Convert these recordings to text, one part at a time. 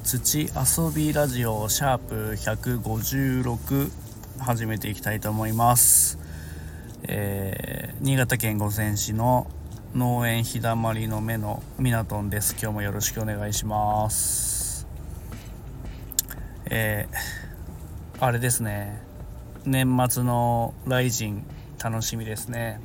土遊びラジオシャープ156始めていきたいと思います。新潟県五泉市の農園日だまりの目のミナトンです。今日もよろしくお願いします。あれですね、年末のライジン楽しみですね。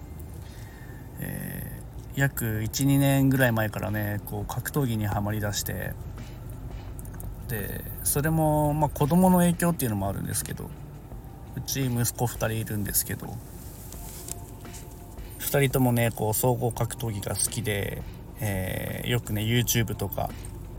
約 1,2 年ぐらい前からね格闘技にはまりだして、でそれも子供の影響っていうのもあるんですけど、うち息子2人いるんですけど、2人ともね総合格闘技が好きで、よくね YouTube とか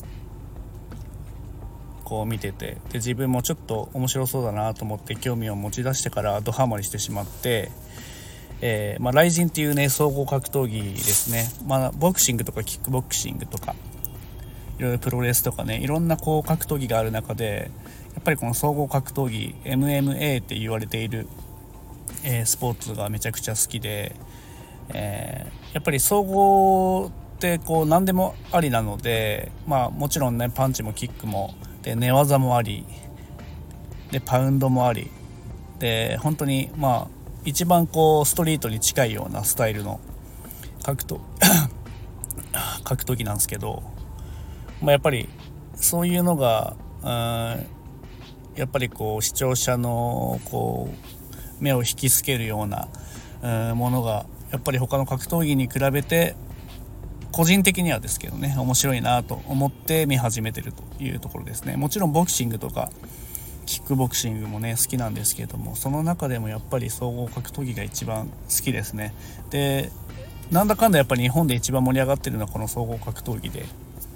見てて、で自分もちょっと面白そうだなと思って興味を持ち出してからドハマりしてしまって、ライジンっていうね総合格闘技ですね。ボクシングとかキックボクシングとかいろいろプロレスとかね、いろんな格闘技がある中で、やっぱりこの総合格闘技 MMA って言われている、スポーツがめちゃくちゃ好きで、やっぱり総合って何でもありなので、もちろんねパンチもキックもで寝技もありでパウンドもありで、本当に一番ストリートに近いようなスタイルの格闘技なんですけど、やっぱりそういうのがやっぱり視聴者の目を引きつけるようなものがやっぱり他の格闘技に比べて個人的にはですけどね面白いなと思って見始めてるというところですね。もちろんボクシングとかキックボクシングもね好きなんですけども、その中でもやっぱり総合格闘技が一番好きですね。でなんだかんだやっぱり日本で一番盛り上がってるのはこの総合格闘技で、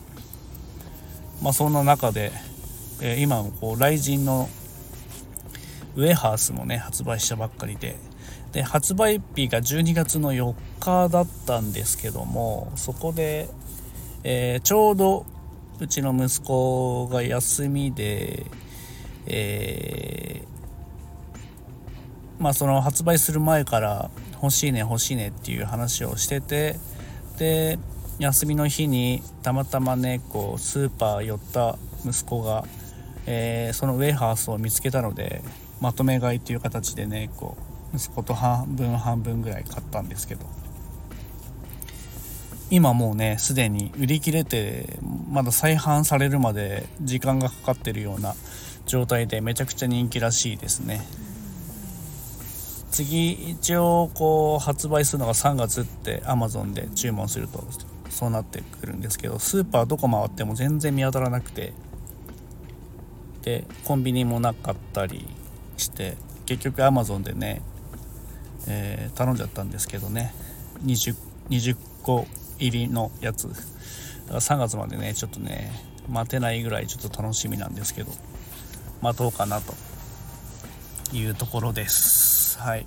そんな中で、今もライジンのウェハースもね発売したばっかりで、発売日が12月の4日だったんですけども、そこで、ちょうどうちの息子が休みで、その発売する前から欲しいねっていう話をしてて、で休みの日にたまたまねスーパー寄った息子が、そのウェハースを見つけたのでまとめ買いっていう形でね息子と半分ぐらい買ったんですけど、今もうねすでに売り切れてまだ再販されるまで時間がかかってるような状態でめちゃくちゃ人気らしいですね。次一応発売するのが3月って Amazon で注文するとそうなってくるんですけど、スーパーどこ回っても全然見当たらなくて、でコンビニもなかったりして結局 Amazon でね、頼んじゃったんですけどね、20個入りのやつ3月までねちょっとね待てないぐらいちょっと楽しみなんですけど、待とうかなというところです。はい。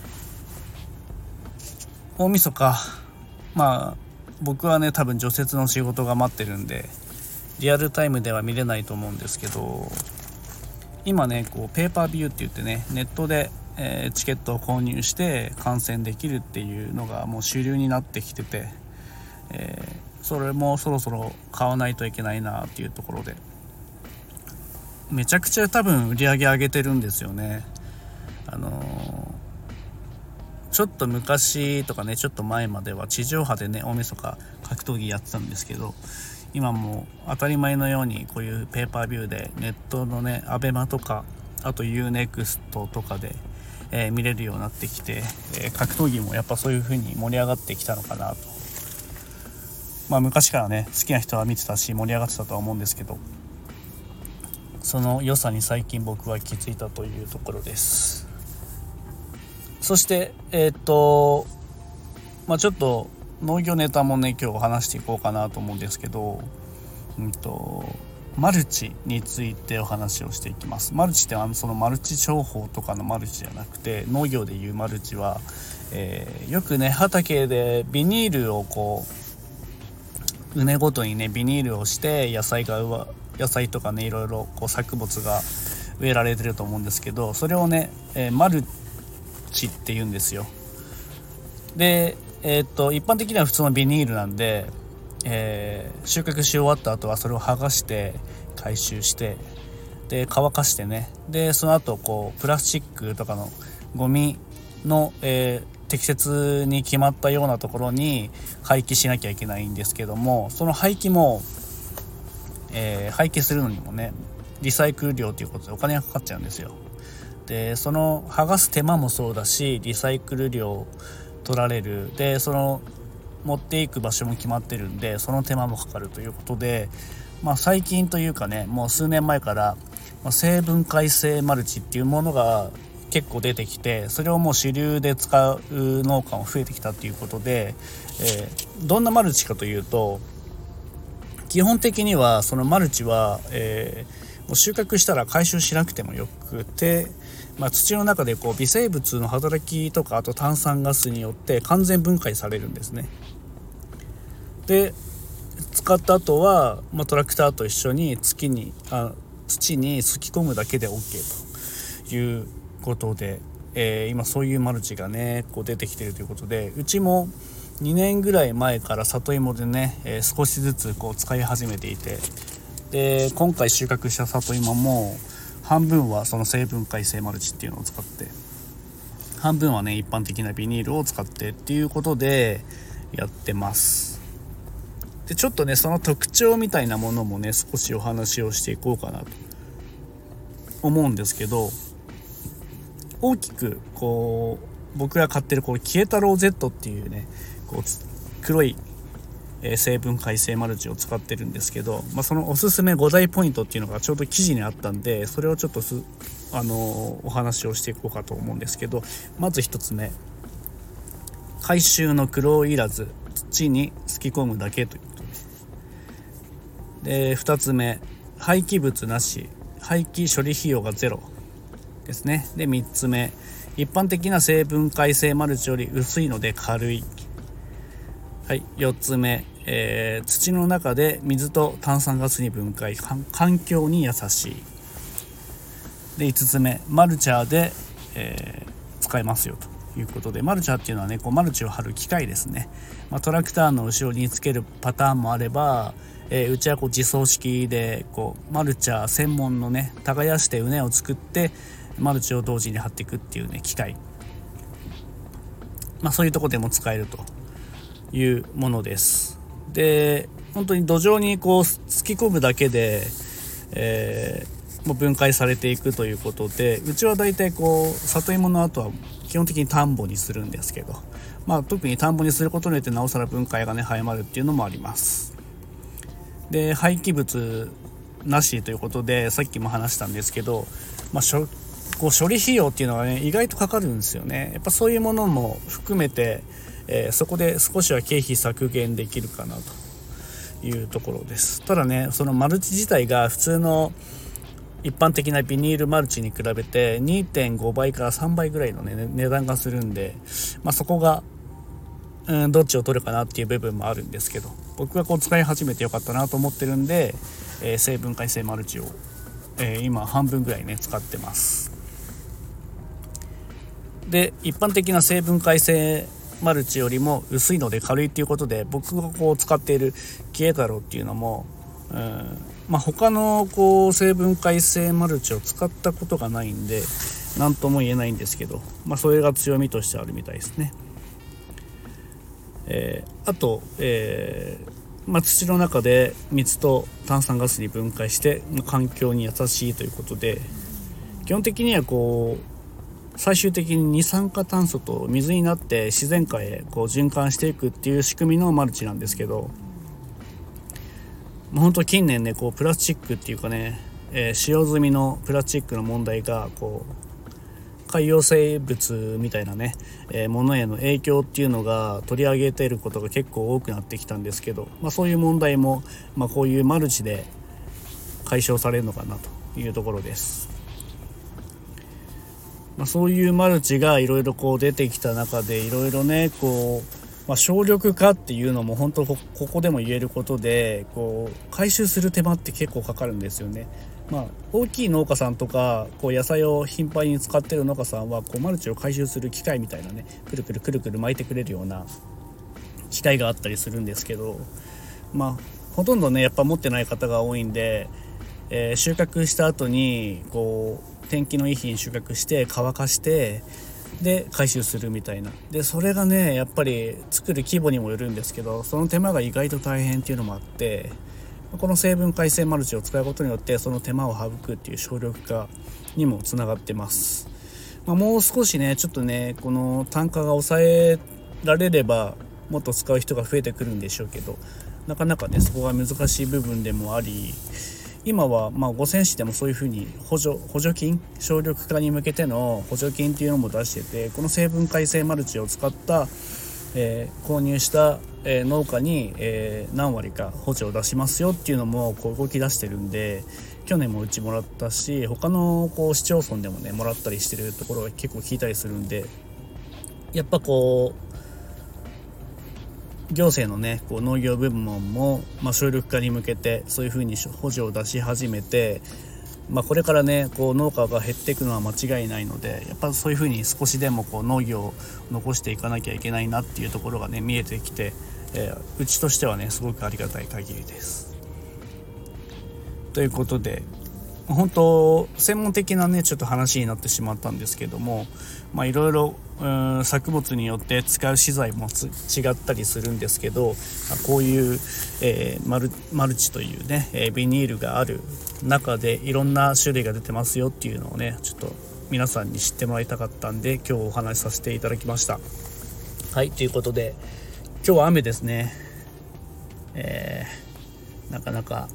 大晦日僕はね多分除雪の仕事が待ってるんでリアルタイムでは見れないと思うんですけど、今ねペーパービューって言ってねネットで、チケットを購入して観戦できるっていうのがもう主流になってきてて、それもそろそろ買わないといけないなっていうところで、めちゃくちゃ多分売り上げ上げてるんですよね。ちょっと昔とかねちょっと前までは地上波でね大晦日格闘技やってたんですけど、今もう当たり前のようにこういうペーパービューでネットのねアベマとかあと UNEXT とかで、見れるようになってきて、格闘技もやっぱそういう風に盛り上がってきたのかなと。昔からね好きな人は見てたし盛り上がってたとは思うんですけど、その良さに最近僕は気づいたというところです。そしてちょっと農業ネタもね今日話していこうかなと思うんですけど、マルチについてお話をしていきます。マルチってそのマルチ商法とかのマルチじゃなくて、農業でいうマルチは、よくね畑でビニールを畝ごとにねビニールをして野菜とかねいろいろ作物が植えられてると思うんですけど、それをね、マルチって言うんですよ。で一般的には普通のビニールなんで、 収穫し終わった後はそれを剥がして回収して、で乾かしてね、でその後こうプラスチックとかのゴミの、適切に決まったようなところに廃棄しなきゃいけないんですけども、その廃棄も、廃棄するのにもねリサイクル料ということでお金がかかっちゃうんですよ。でその剥がす手間もそうだし、リサイクル料取られる、でその持っていく場所も決まってるんでその手間もかかるということで、最近というかね、もう数年前から生分解性マルチっていうものが結構出てきて、それをもう主流で使う農家も増えてきたということで、どんなマルチかというと、基本的にはそのマルチは、もう収穫したら回収しなくてもよくて、土の中でこう微生物の働きとか、あと炭酸ガスによって完全分解されるんですね。で使った後は、トラクターと一緒に土にすき込むだけで OK ということで、今そういうマルチがねこう出てきているということで、うちも2年ぐらい前から里芋でね、少しずつこう使い始めていて、で今回収穫した里芋も半分はその生分解性マルチっていうのを使って、半分はね一般的なビニールを使ってっていうことでやってます。でちょっとねその特徴みたいなものもね少しお話をしていこうかなと思うんですけど、大きくこう僕が買ってるこのキエタロウ Z っていうねこう黒い生分解性マルチを使ってるんですけど、そのおすすめ5大ポイントっていうのがちょうど記事にあったんで、それをちょっとお話をしていこうかと思うんですけど、まず1つ目、回収の苦労いらず、土にすき込むだけということで、2つ目、廃棄物なし、廃棄処理費用がゼロですね。で3つ目、一般的な生分解性マルチより薄いので軽い。はい、4つ目、土の中で水と炭酸ガスに分解、環境に優しい。で5つ目、マルチャーで、使えますよということで、マルチャーっていうのはねこうマルチを張る機械ですね。トラクターの後ろにつけるパターンもあれば、うちはこう自走式でこうマルチャー専門のね耕して畝を作ってマルチを同時に張っていくっていうね機械、そういうとこでも使えるというものです。で本当に土壌にこう突き込むだけで、もう分解されていくということで、うちはだいたいこう里芋の後は基本的に田んぼにするんですけど、特に田んぼにすることによってなおさら分解がね早まるっていうのもあります。で廃棄物なしということで、さっきも話したんですけど、こう処理費用っていうのがね意外とかかるんですよね。やっぱそういうものも含めて、そこで少しは経費削減できるかなというところです。ただねそのマルチ自体が普通の一般的なビニールマルチに比べて 2.5 倍から3倍ぐらいの、ね、値段がするんで、そこが、どっちを取るかなっていう部分もあるんですけど、僕がこう使い始めてよかったなと思ってるんで、生分解性マルチを、今半分ぐらいね使ってます。で一般的な生分解性マルチよりも薄いので軽いということで、僕がこう使っているキエタロウっていうのも、他のこう生分解性マルチを使ったことがないんで何とも言えないんですけど、それが強みとしてあるみたいですね。あと、土の中で水と炭酸ガスに分解して環境に優しいということで、基本的にはこう最終的に二酸化炭素と水になって自然界へこう循環していくっていう仕組みのマルチなんですけど、本当近年ねこうプラスチックっていうかね、使用済みのプラスチックの問題がこう海洋生物みたいなね、ものへの影響っていうのが取り上げていることが結構多くなってきたんですけど、そういう問題も、こういうマルチで解消されるのかなというところです。そういうマルチがいろいろこう出てきた中で、いろいろねこう、省力化っていうのも本当ここでも言えることで、こう回収する手間って結構かかるんですよね。大きい農家さんとかこう野菜を頻繁に使ってる農家さんはこうマルチを回収する機械みたいなね、くるくる巻いてくれるような機械があったりするんですけど、 ほとんどねやっぱ持ってない方が多いんで、収穫した後にこう天気のいい日に収穫して乾かしてで回収するみたいな。でそれがねやっぱり作る規模にもよるんですけど、その手間が意外と大変っていうのもあって、この成分改正マルチを使うことによってその手間を省くっていう省力化にもつながってます。もう少しねちょっとねこの単価が抑えられればもっと使う人が増えてくるんでしょうけど、なかなかねそこが難しい部分でもあり、今は五泉市でもそういうふうに補助金、省力化に向けての補助金っていうのも出してて、この成分改正マルチを使った、購入した、農家に、何割か補助を出しますよっていうのもこう動き出してるんで、去年もうちもらったし、他のこう市町村でもねもらったりしてるところが結構聞いたりするんで、やっぱこう行政のねこう農業部門も、省力化に向けてそういう風に補助を出し始めて、これからねこう農家が減っていくのは間違いないので、やっぱそういう風に少しでもこう農業を残していかなきゃいけないなっていうところがね見えてきて、うちとしてはねすごくありがたい限りです。ということで本当専門的なねちょっと話になってしまったんですけども、いろいろ作物によって使う資材も違ったりするんですけど、こういう、マルチというね、ビニールがある中でいろんな種類が出てますよっていうのをねちょっと皆さんに知ってもらいたかったんで今日お話しさせていただきました。はい、ということで今日は雨ですね。なかなか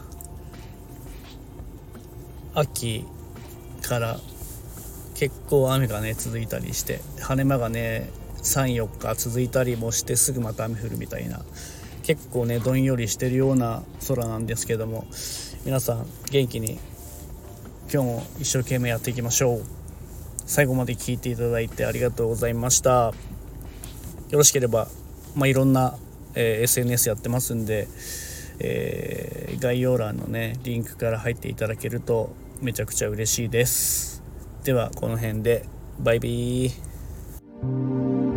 秋から結構雨がね続いたりして、晴れ間がね 3,4 日続いたりもしてすぐまた雨降るみたいな、結構ねどんよりしてるような空なんですけども、皆さん元気に今日も一生懸命やっていきましょう。最後まで聞いていただいてありがとうございました。よろしければ、いろんな、SNS やってますんで、概要欄のねリンクから入っていただけるとめちゃくちゃ嬉しいです。ではこの辺でバイビー。